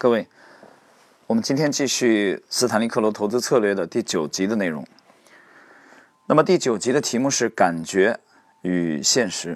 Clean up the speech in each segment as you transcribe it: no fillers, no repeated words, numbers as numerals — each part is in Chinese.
各位，我们今天继续斯坦利·克罗投资策略的第9集的内容。那么第9集的题目是感觉与现实。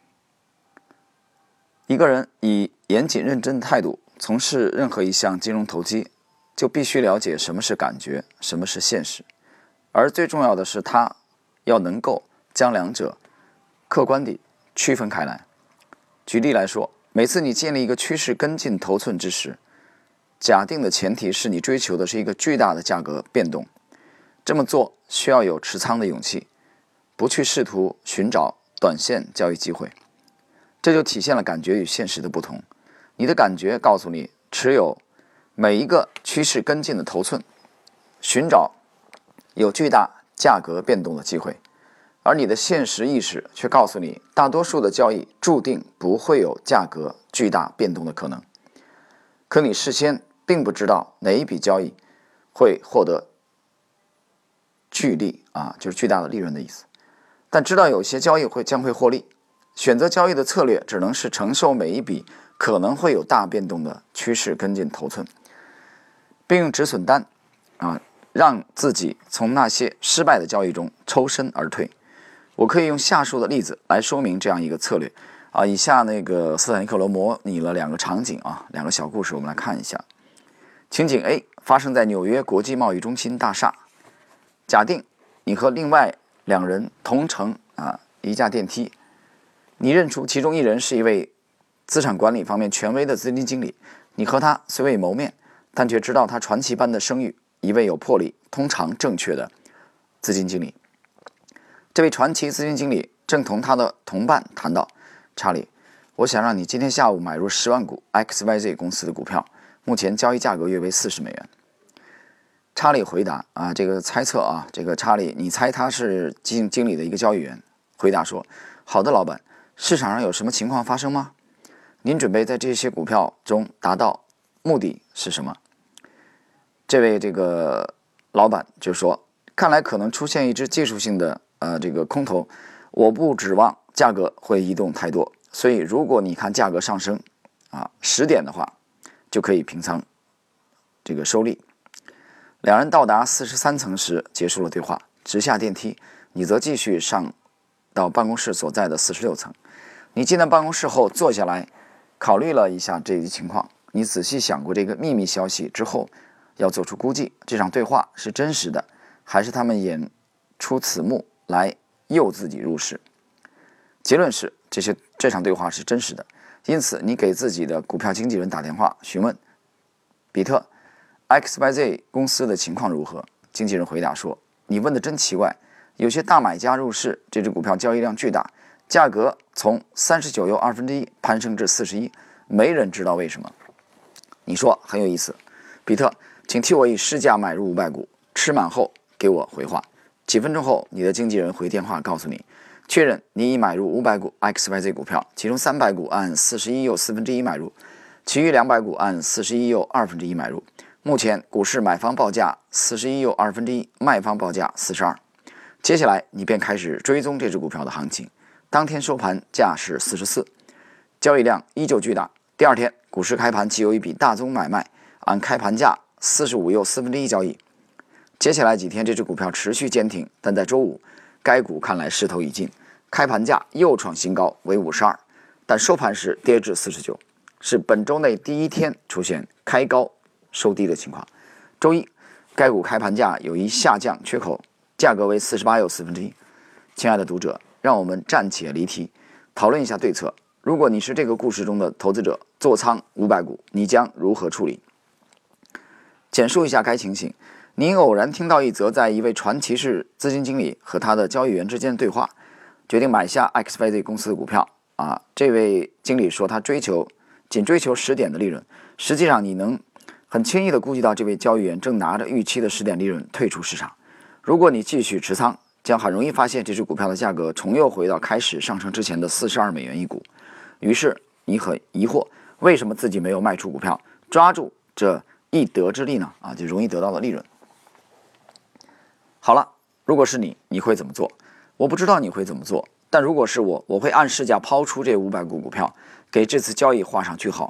一个人以严谨认真的态度从事任何一项金融投机，就必须了解什么是感觉，什么是现实，而最重要的是他要能够将两者客观地区分开来。举例来说，每次你建立一个趋势跟进头寸之时，假定的前提是你追求的是一个巨大的价格变动。这么做需要有持仓的勇气，不去试图寻找短线交易机会。这就体现了感觉与现实的不同。你的感觉告诉你持有每一个趋势跟进的头寸，寻找有巨大价格变动的机会，而你的现实意识却告诉你大多数的交易注定不会有价格巨大变动的可能。可你事先并不知道哪一笔交易会获得巨利就是巨大的利润的意思，但知道有些交易将会获利。选择交易的策略只能是承受每一笔可能会有大变动的趋势跟进头寸，并用止损单让自己从那些失败的交易中抽身而退。我可以用下述的例子来说明这样一个策略以下斯坦利·克罗模拟了2个场景2个小故事，我们来看一下。情景 A 发生在纽约国际贸易中心大厦。假定你和另外2人同乘一架电梯，你认出其中一人是一位资产管理方面权威的资金经理，你和他虽未谋面，但却知道他传奇般的声誉，一位有魄力、通常正确的资金经理。这位传奇资金经理正同他的同伴谈到：查理，我想让你今天下午买入10万股 XYZ 公司的股票，目前交易价格约为40美元。查理回答这个猜测查理，你猜他是基金经理的一个交易员。回答说：好的，老板，市场上有什么情况发生吗？您准备在这些股票中达到目的是什么？这位老板就说：看来可能出现一只技术性的空头，我不指望价格会移动太多，所以如果你看价格上升10点的话，就可以平仓收利。2人到达43层时结束了对话，直下电梯，你则继续上到办公室所在的46层。你进到办公室后坐下来，考虑了一下这一情况，你仔细想过这个秘密消息之后，要做出估计，这场对话是真实的，还是他们演出此幕来诱自己入市？结论是这场对话是真实的，因此你给自己的股票经纪人打电话询问：比特 XYZ 公司的情况如何？经纪人回答说：你问的真奇怪，有些大买家入市，这只股票交易量巨大，价格从39又1/2攀升至41，没人知道为什么。你说很有意思，比特，请替我以市价买入500股，吃满后给我回话。几分钟后，你的经纪人回电话告诉你，确认你已买入500股 XYZ 股票，其中300股按41又1/4买入，其余200股按41又1/2买入。目前股市买方报价41又1/2，卖方报价42。接下来你便开始追踪这只股票的行情。当天收盘价是44，交易量依旧巨大。第二天股市开盘即有一笔大宗买卖，按开盘价45又1/4交易。接下来几天这只股票持续坚挺，但在周五该股看来势头已尽，开盘价又创新高为52，但收盘时跌至49，是本周内第一天出现开高收低的情况。周一该股开盘价有一下降缺口，价格为48又1/4。亲爱的读者，让我们暂且离题，讨论一下对策。如果你是这个故事中的投资者，做仓500股，你将如何处理？简述一下该情形：您偶然听到一则在一位传奇式资金经理和他的交易员之间的对话，决定买下 XYZ 公司的股票这位经理说他仅追求10点的利润，实际上你能很轻易地估计到这位交易员正拿着预期的10点利润退出市场。如果你继续持仓，将很容易发现这只股票的价格重又回到开始上升之前的42美元一股。于是你很疑惑，为什么自己没有卖出股票，抓住这一得之利呢？就容易得到的利润。好了，如果是你会怎么做？我不知道你会怎么做，但如果是我会按市价抛出这500股股票，给这次交易画上句号。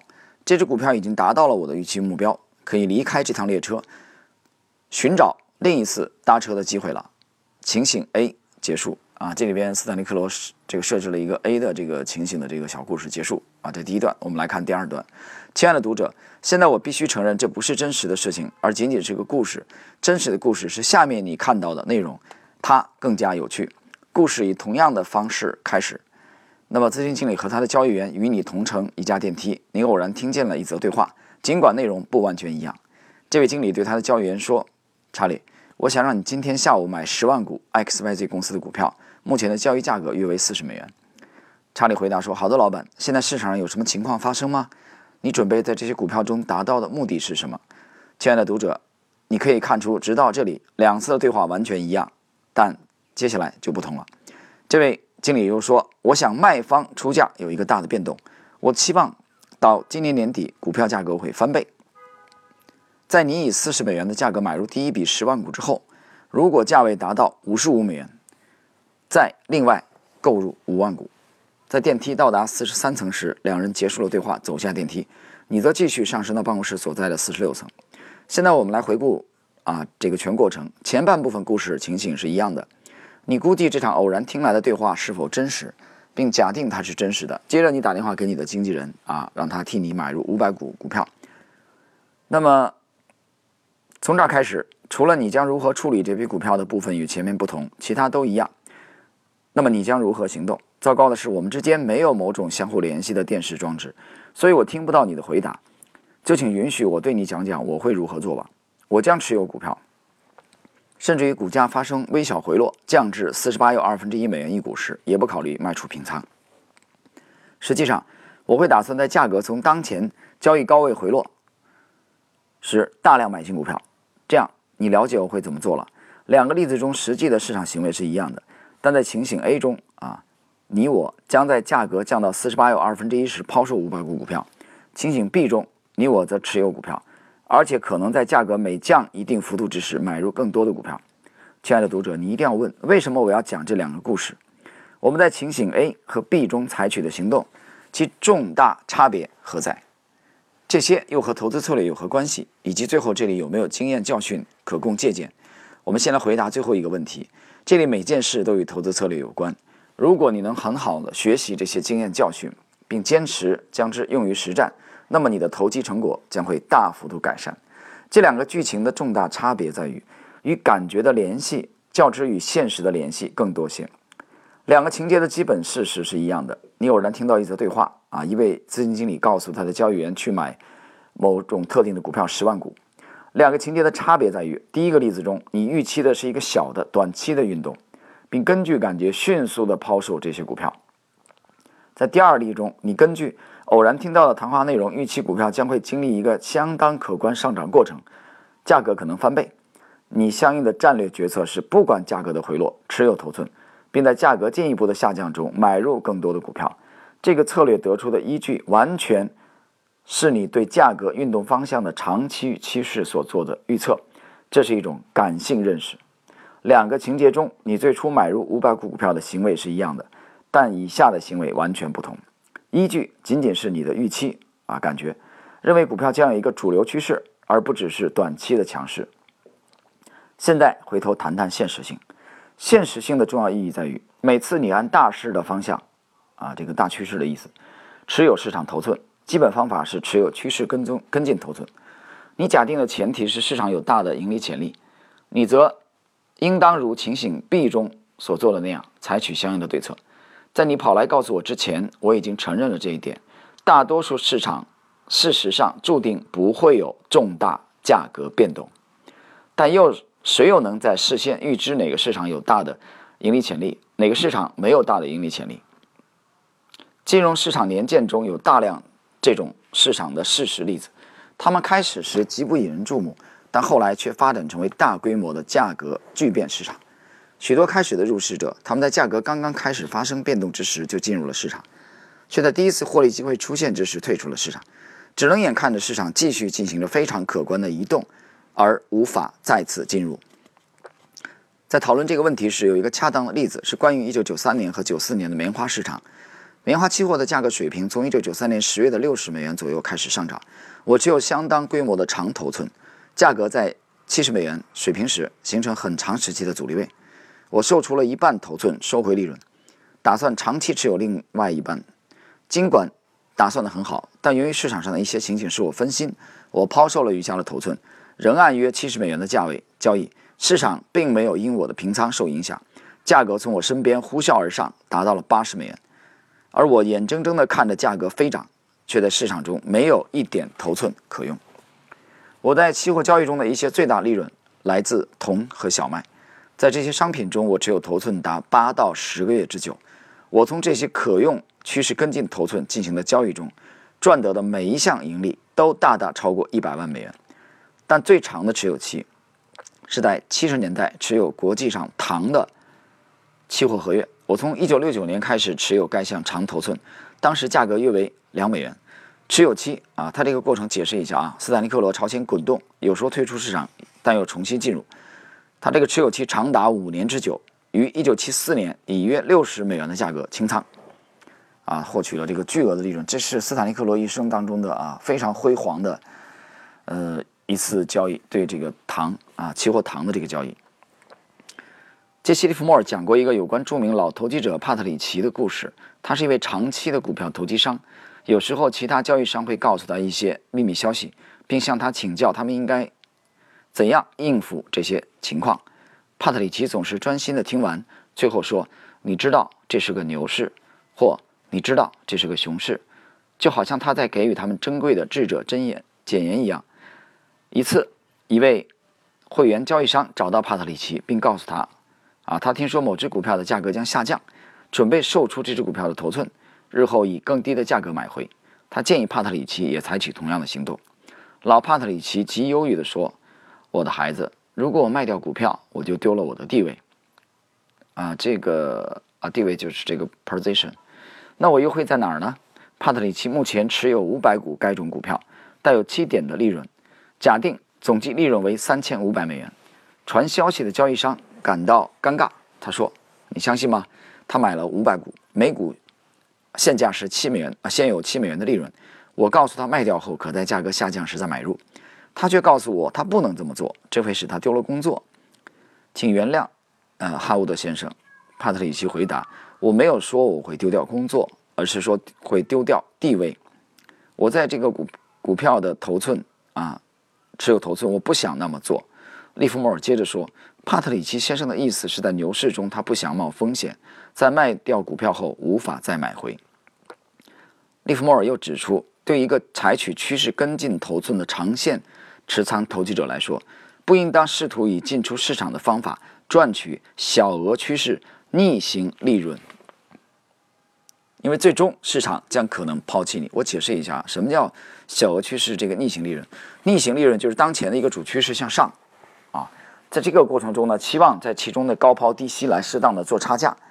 这只股票已经达到了我的预期目标，可以离开这趟列车，寻找另一次搭车的机会了。情形 A 结束啊，这里边斯坦利克罗这个设置了一个 A 的这个情形的这个小故事结束啊。这第一段，我们来看第二段。亲爱的读者，现在我必须承认，这不是真实的事情，而仅仅是个故事。真实的故事是下面你看到的内容，它更加有趣。故事以同样的方式开始。那么，咨询经理和他的交易员与你同乘一架电梯，你偶然听见了一则对话，尽管内容不完全一样。这位经理对他的交易员说：“查理，我想让你今天下午买10万股 XYZ 公司的股票，目前的交易价格约为40美元。”查理回答说：“好的，老板。现在市场上有什么情况发生吗？你准备在这些股票中达到的目的是什么？”亲爱的读者，你可以看出，直到这里2次的对话完全一样，但接下来就不同了。这位经理又说：“我想卖方出价有一个大的变动，我期望到今年年底股票价格会翻倍。在你以40美元的价格买入第一笔10万股之后，如果价位达到55美元，再另外购入5万股。”在电梯到达43层时，两人结束了对话，走下电梯，你则继续上升到办公室所在的46层。现在我们来回顾这个全过程，前半部分故事情形是一样的。你估计这场偶然听来的对话是否真实，并假定它是真实的。接着你打电话给你的经纪人让他替你买入500股股票。那么从这儿开始，除了你将如何处理这笔股票的部分与前面不同，其他都一样。那么你将如何行动？糟糕的是，我们之间没有某种相互联系的电视装置，所以我听不到你的回答。就请允许我对你讲讲我会如何做吧。我将持有股票，甚至于股价发生微小回落，降至48又1/2美元一股时，也不考虑卖出平仓。实际上，我会打算在价格从当前交易高位回落时大量买进股票。这样，你了解我会怎么做了。2个例子中实际的市场行为是一样的，但在情形 A 中你我将在价格降到48又1/2时抛售500股股票。情形 B 中，你我则持有股票，而且可能在价格每降一定幅度之时买入更多的股票。亲爱的读者，你一定要问，为什么我要讲这2个故事？我们在情形 A 和 B 中采取的行动，其重大差别何在？这些又和投资策略有何关系？以及最后这里有没有经验教训可供借鉴？我们先来回答最后一个问题。这里每件事都与投资策略有关。如果你能很好的学习这些经验教训，并坚持将之用于实战，那么你的投机成果将会大幅度改善。这2个剧情的重大差别在于，与感觉的联系较之与现实的联系更多些。2个情节的基本事实是一样的。你偶然听到一则对话一位资金经理告诉他的交易员去买某种特定的股票10万股。2个情节的差别在于，第一个例子中，你预期的是一个小的短期的运动，并根据感觉迅速的抛售这些股票。在第二例中，你根据偶然听到的谈话内容，预期股票将会经历一个相当可观上涨过程，价格可能翻倍。你相应的战略决策是不管价格的回落，持有头寸，并在价格进一步的下降中买入更多的股票。这个策略得出的依据完全是你对价格运动方向的长期趋势所做的预测，这是一种感性认识。2个情节中，你最初买入500股股票的行为是一样的，但以下的行为完全不同。依据仅仅是你的预期感觉，认为股票将有一个主流趋势，而不只是短期的强势。现在回头谈谈现实性。现实性的重要意义在于，每次你按大势的方向这个大趋势的意思持有市场头寸，基本方法是持有趋势跟进头寸。你假定的前提是市场有大的盈利潜力，你则应当如情形 B 中所做的那样采取相应的对策。在你跑来告诉我之前，我已经承认了这一点。大多数市场事实上注定不会有重大价格变动，但谁又能在事先预知哪个市场有大的盈利潜力，哪个市场没有大的盈利潜力？金融市场年鉴中有大量这种市场的事实例子，它们开始时极不引人注目，但后来却发展成为大规模的价格巨变市场。许多开始的入市者，他们在价格刚刚开始发生变动之时就进入了市场，却在第一次获利机会出现之时退出了市场，只能眼看着市场继续进行着非常可观的移动，而无法再次进入。在讨论这个问题时，有一个恰当的例子是关于1993年和94年的棉花市场。 棉花期货的价格水平从1993年10月的60美元左右开始上涨。我持有相当规模的长头寸，价格在70美元水平时形成很长时期的阻力位。我售出了一半头寸，收回利润，打算长期持有另外一半。尽管打算的很好，但由于市场上的一些情形使我分心，我抛售了余下的头寸，仍按约70美元的价位交易。市场并没有因我的平仓受影响，价格从我身边呼啸而上，达到了80美元。而我眼睁睁地看着价格飞涨，却在市场中没有一点头寸可用。我在期货交易中的一些最大利润来自铜和小麦。在这些商品中，我持有头寸达8到10个月之久。我从这些可用趋势跟进头寸进行的交易中，赚得的每一项盈利都大大超过100万美元。但最长的持有期是在70年代持有国际上糖的期货合约。我从1969年开始持有该项长头寸，当时价格约为2美元。持有期它这个过程解释一下斯坦利克罗朝前滚动，有时候退出市场，但又重新进入。它这个持有期长达5年之久，于1974年以约60美元的价格清仓，获取了这个巨额的利润。这是斯坦利克罗一生当中的非常辉煌的一次交易，对这个糖期货糖的这个交易。杰西·利弗莫尔讲过一个有关著名老投机者帕特里奇的故事。他是一位长期的股票投机商，有时候其他交易商会告诉他一些秘密消息，并向他请教他们应该怎样应付这些情况。帕特里奇总是专心地听完，最后说：“你知道这是个牛市，或你知道这是个熊市。”就好像他在给予他们珍贵的智者箴言简言一样。一次，一位会员交易商找到帕特里奇，并告诉他他听说某只股票的价格将下降，准备售出这只股票的头寸，日后以更低的价格买回。他建议帕特里奇也采取同样的行动。老帕特里奇极忧郁地说：“我的孩子，如果我卖掉股票，我就丢了我的地位。地位就是这个 position。那我又会在哪儿呢？”帕特里奇目前持有500股该种股票，带有7点的利润，假定总计利润为3500美元。传消息的交易商感到尴尬，他说：“你相信吗？他买了500股，每股现价是7美元，现有7美元的利润。我告诉他卖掉后可在价格下降时再买入，他却告诉我他不能这么做，这会使他丢了工作。请原谅，哈伍德先生。”帕特里奇回答：“我没有说我会丢掉工作，而是说会丢掉地位。我在这个股票的头寸持有头寸，我不想那么做。”利弗莫尔接着说：“帕特里奇先生的意思是在牛市中他不想冒风险，在卖掉股票后无法再买回。”利弗莫尔又指出，对一个采取趋势跟进头寸的长线持仓投机者来说，不应当试图以进出市场的方法赚取小额趋势逆行利润，因为最终市场将可能抛弃你。我解释一下什么叫小额趋势这个逆行利润。逆行利润就是当前的一个主趋势向上在这个过程中呢，期望在其中的高抛低吸来适当的做差价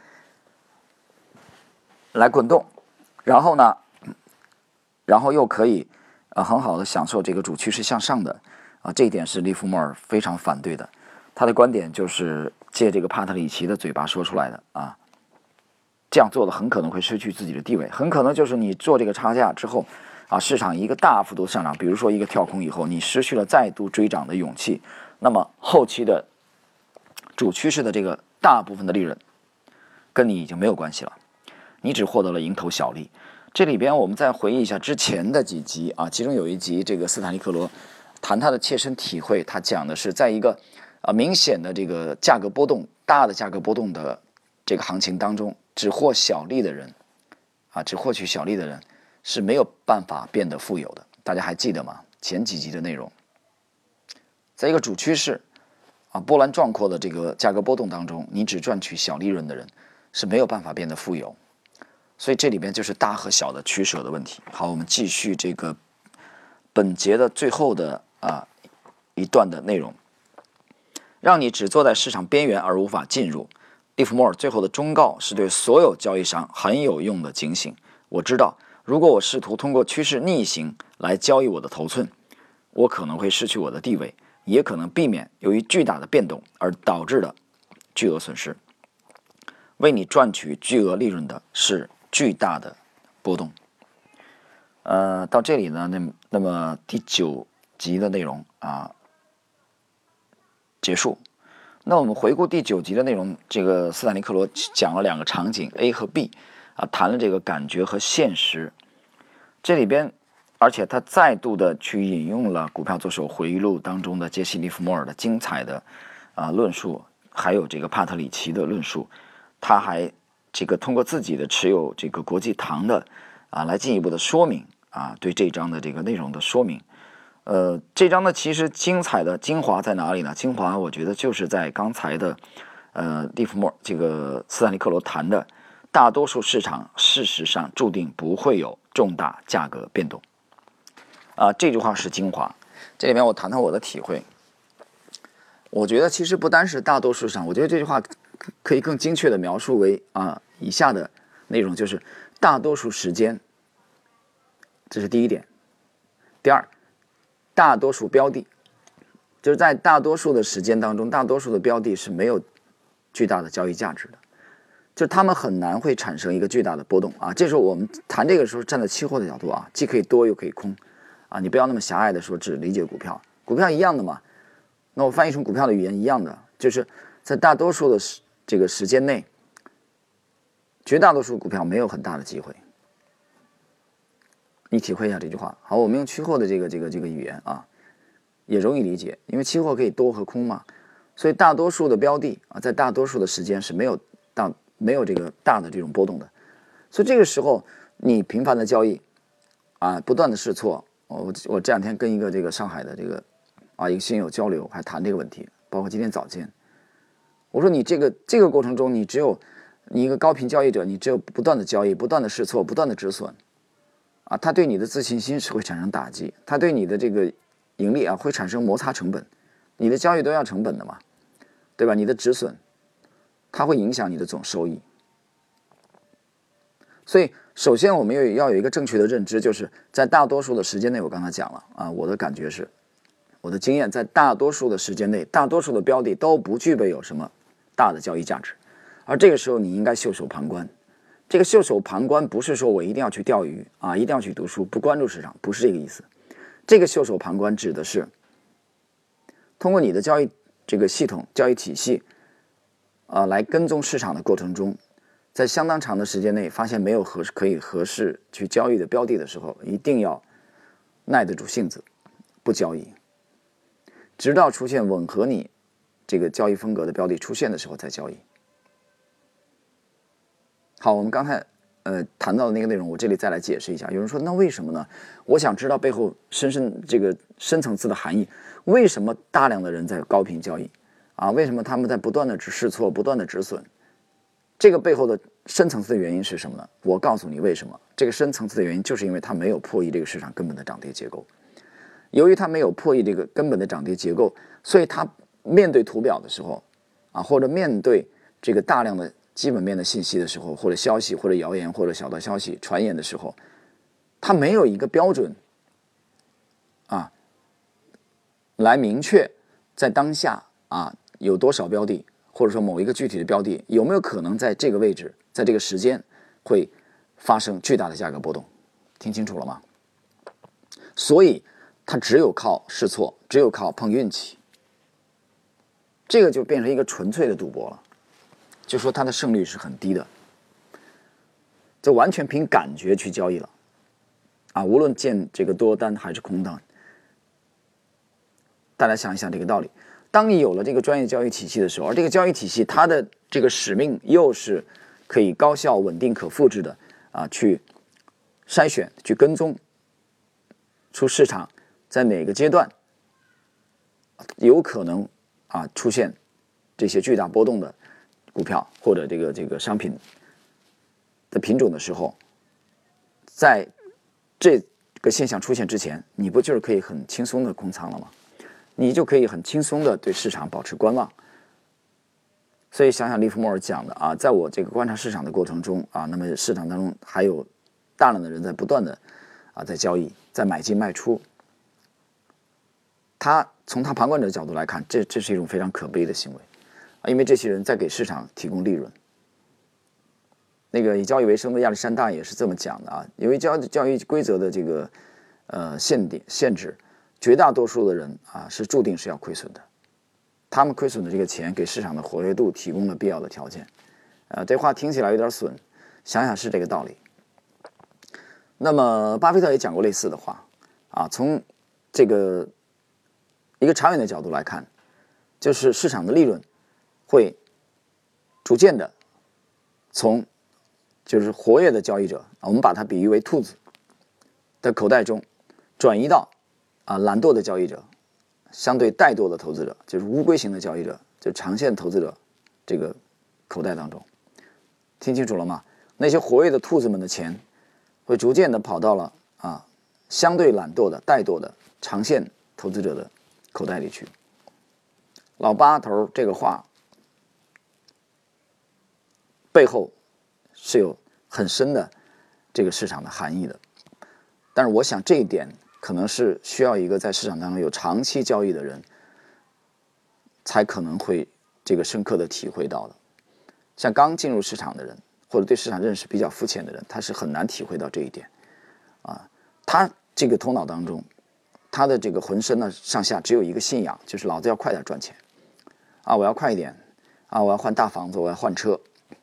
来滚动，然后又可以很好的享受这个主趋势向上的这一点是利弗莫尔非常反对的。他的观点就是借这个帕特里奇的嘴巴说出来的这样做的很可能会失去自己的地位，很可能就是你做这个差价之后市场一个大幅度上涨，比如说一个跳空以后，你失去了再度追涨的勇气，那么后期的主趋势的这个大部分的利润跟你已经没有关系了，你只获得了蝇头小利。这里边我们再回忆一下之前的几集其中有一集这个斯坦利克罗谈他的切身体会，他讲的是在一个明显的这个价格波动大的价格波动的这个行情当中，只获小利的人只获取小利的人是没有办法变得富有的。大家还记得吗？前几集的内容，在一个主趋势波澜壮阔的这个价格波动当中，你只赚取小利润的人是没有办法变得富有。所以这里边就是大和小的取舍的问题。好，我们继续这个本节的最后的一段的内容，让你只坐在市场边缘而无法进入。利弗莫尔最后的忠告是对所有交易商很有用的警醒。我知道，如果我试图通过趋势逆行来交易我的头寸，我可能会失去我的地位，也可能避免由于巨大的变动而导致的巨额损失。为你赚取巨额利润的是巨大的波动。到这里呢，那么第9集的内容结束。那我们回顾第9集的内容，这个斯坦利·克罗讲了2个场景 A 和 B 谈了这个感觉和现实。这里边，而且他再度的去引用了股票作手回忆录当中的杰西·利弗莫尔的精彩的论述，还有这个帕特里奇的论述。他还这个通过自己的持有这个国际堂的来进一步的说明对这一章的这个内容的说明。这章呢其实精彩的精华在哪里呢？精华我觉得就是在刚才的利弗莫尔这个斯坦利·克罗谈的大多数市场事实上注定不会有重大价格变动这句话是精华。这里面我谈谈我的体会。我觉得其实不单是大多数市场，我觉得这句话可以更精确的描述为以下的内容，就是大多数时间，这是第一点。第二，大多数标的，就是在大多数的时间当中，大多数的标的是没有巨大的交易价值的，就是他们很难会产生一个巨大的波动这时候我们谈这个时候站在期货的角度既可以多又可以空你不要那么狭隘的说只理解股票，股票一样的嘛。那我翻译成股票的语言一样的，就是在大多数的这个时间内，绝大多数股票没有很大的机会。你体会一下这句话。好，我们用期货的这个语言也容易理解，因为期货可以多和空嘛，所以大多数的标的在大多数的时间是没有这个大的这种波动的。所以这个时候你频繁的交易不断的试错。我这2天跟一个这个上海的这个一个新友交流，还谈这个问题，包括今天早间，我说你这个过程中，你一个高频交易者，你只有不断的交易，不断的试错，不断的止损它对你的自信心是会产生打击，它对你的这个盈利会产生摩擦成本，你的交易都要成本的嘛，对吧？你的止损，它会影响你的总收益。所以首先我们要有一个正确的认知，就是在大多数的时间内，我刚才讲了我的感觉是，我的经验，在大多数的时间内，大多数的标的都不具备有什么大的交易价值，而这个时候你应该袖手旁观。这个袖手旁观不是说我一定要去钓鱼一定要去读书，不关注市场，不是这个意思。这个袖手旁观指的是通过你的交易这个系统、交易体系来跟踪市场的过程中，在相当长的时间内发现没有可以合适去交易的标的的时候，一定要耐得住性子，不交易，直到出现吻合你这个交易风格的标的出现的时候再交易。好，我们刚才谈到的那个内容，我这里再来解释一下。有人说，那为什么呢？我想知道背后这个深层次的含义。为什么大量的人在高频交易为什么他们在不断的试错，不断的止损？这个背后的深层次的原因是什么呢？我告诉你为什么。这个深层次的原因就是因为他没有破译这个市场根本的涨跌结构。由于他没有破译这个根本的涨跌结构，所以他面对图表的时候或者面对这个大量的基本面的信息的时候，或者消息，或者谣言，或者小道消息传言的时候，他没有一个标准来明确在当下有多少标的，或者说某一个具体的标的有没有可能在这个位置，在这个时间会发生巨大的价格波动。听清楚了吗？所以他只有靠试错，只有靠碰运气，这个就变成一个纯粹的赌博了，就说他的胜率是很低的，就完全凭感觉去交易了无论见这个多单还是空单。大家想一想这个道理，当你有了这个专业交易体系的时候，而这个交易体系它的这个使命又是可以高效、稳定、可复制的去筛选、去跟踪出市场在哪个阶段有可能出现这些巨大波动的股票或者这个商品的品种的时候，在这个现象出现之前，你不就是可以很轻松的空仓了吗？你就可以很轻松的对市场保持观望。所以想想利弗莫尔讲的在我这个观察市场的过程中那么市场当中还有大量的人在不断的在交易，在买进卖出。从他旁观者的角度来看，这是一种非常可悲的行为因为这些人在给市场提供利润。 那个以交易为生的亚历山大也是这么讲的啊。由于交易规则的这个限制，绝大多数的人啊是注定是要亏损的。他们亏损的这个钱给市场的活跃度提供了必要的条件。这话听起来有点损，想想是这个道理。那么巴菲特也讲过类似的话啊，从这个一个长远的角度来看，就是市场的利润会逐渐的从就是活跃的交易者我们把它比喻为兔子的口袋中转移到懒惰的交易者，相对怠惰的投资者，就是乌龟型的交易者，就长线投资者这个口袋当中。听清楚了吗？那些活跃的兔子们的钱会逐渐的跑到了相对懒惰的怠惰的长线投资者的口袋里去。老八头这个话背后是有很深的这个市场的含义的，但是我想这一点可能是需要一个在市场当中有长期交易的人才可能会这个深刻的体会到的。像刚进入市场的人，或者对市场认识比较肤浅的人，他是很难体会到这一点他这个头脑当中，他的这个浑身呢上下只有一个信仰，就是老子要快点赚钱我要快一点我要换大房子，我要换车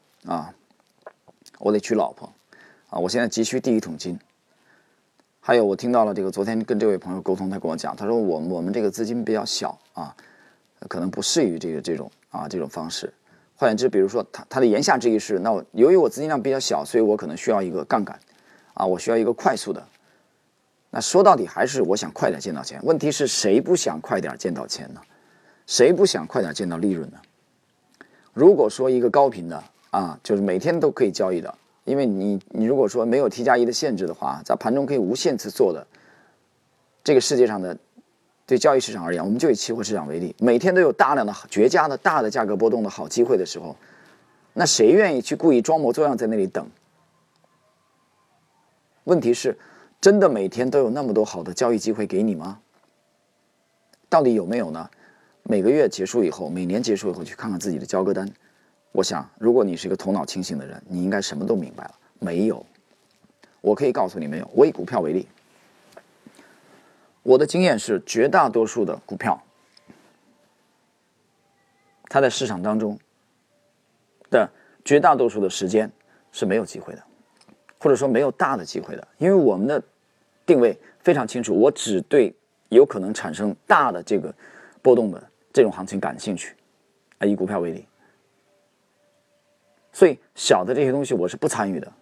我得娶老婆我现在急需第一桶金。还有我听到了这个，昨天跟这位朋友沟通，他跟我讲，他说我们这个资金比较小可能不适于这种方式。换言之，比如说他的言下之意是，那由于我资金量比较小，所以我可能需要一个杠杆我需要一个快速的。那说到底还是我想快点见到钱。问题是谁不想快点见到钱呢？谁不想快点见到利润呢？如果说一个高频的就是每天都可以交易的，因为你如果说没有 T+1 的限制的话，在盘中可以无限次做的这个世界上的对交易市场而言，我们就以期货市场为例，每天都有大量的绝佳的大的价格波动的好机会的时候，那谁愿意去故意装模作样在那里等？问题是真的每天都有那么多好的交易机会给你吗？到底有没有呢？每个月结束以后，每年结束以后去看看自己的交割单，我想如果你是一个头脑清醒的人，你应该什么都明白了。没有，我可以告诉你没有。我以股票为例，我的经验是绝大多数的股票它在市场当中的绝大多数的时间是没有机会的，或者说没有大的机会的。因为我们的定位非常清楚，我只对有可能产生大的这个波动的这种行情感兴趣以股票为例，所以小的这些东西我是不参与的。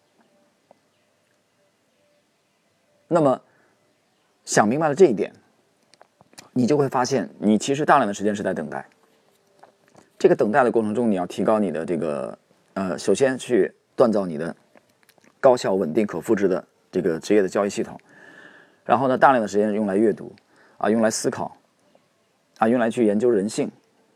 那么想明白了这一点，你就会发现你其实大量的时间是在等待。这个等待的过程中，你要提高你的这个首先去锻造你的高效稳定可复制的这个职业的交易系统，然后呢大量的时间用来阅读用来思考用来去研究人性。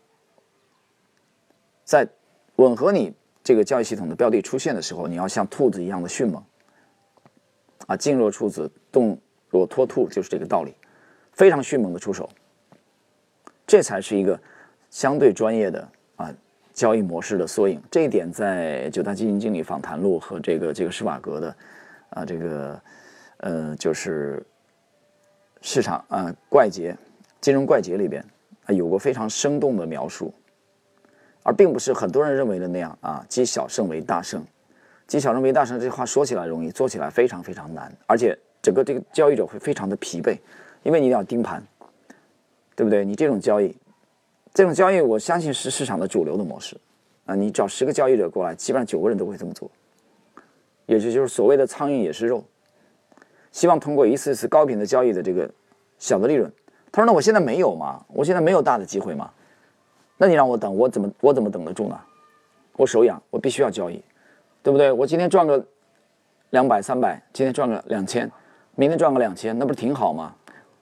在吻合你这个交易系统的标的出现的时候，你要像兔子一样的迅猛静若处子，动若脱兔，就是这个道理，非常迅猛的出手，这才是一个相对专业的交易模式的缩影。这一点在九大基金经理访谈录和这个施瓦格的就是市场怪杰金融怪杰里边有过非常生动的描述，而并不是很多人认为的那样积小胜为大胜。积小胜为大胜这句话说起来容易，做起来非常非常难，而且整个这个交易者会非常的疲惫，因为你一定要盯盘，对不对？你这种交易我相信是市场的主流的模式你找10个交易者过来，基本上9个人都会这么做，也就是所谓的苍蝇也是肉，希望通过一次一次高频的交易的这个小的利润。他说那我现在没有嘛，我现在没有大的机会嘛，那你让我等，我怎么等得住呢？我手痒，我必须要交易，对不对？我今天赚个200、300，今天赚个2000，明天赚个2000，那不是挺好吗？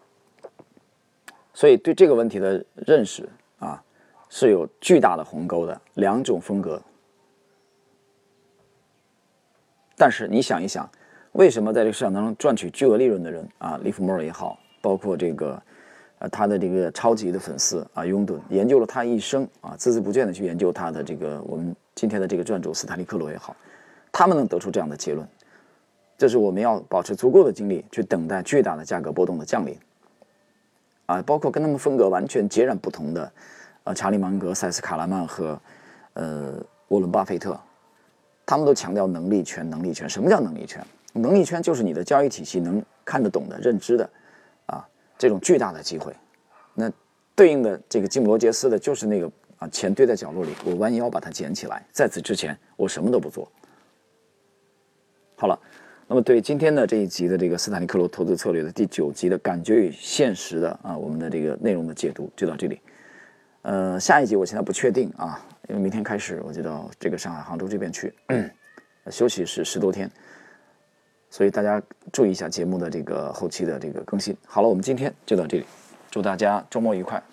所以对这个问题的认识是有巨大的鸿沟的，两种风格。但是你想一想，为什么在这个市场当中赚取巨额利润的人利弗莫尔也好，包括这个他的这个超级的粉丝拥趸研究了他一生孜孜不倦的去研究他的这个我们今天的这个撰主斯坦利克罗也好， 他们能得出这样的结论。这是我们要保持足够的精力去等待巨大的价格波动的降临。包括跟他们风格完全截然不同的查理芒格、塞斯卡拉曼和沃伦巴菲特，他们都强调能力圈。能力圈什么叫能力圈？能力圈就是你的交易体系能看得懂的、认知的这种巨大的机会。那对应的这个吉姆罗杰斯的就是那个钱堆在角落里，我弯腰把它捡起来，在此之前我什么都不做。好了，那么对今天的这一集的这个斯坦利克罗投资策略的第9集的感觉与现实的我们的这个内容的解读就到这里。下一集我现在不确定因为明天开始我就到这个上海、杭州这边去，休息是10多天，所以大家注意一下节目的这个后期的这个更新。好了，我们今天就到这里，祝大家周末愉快。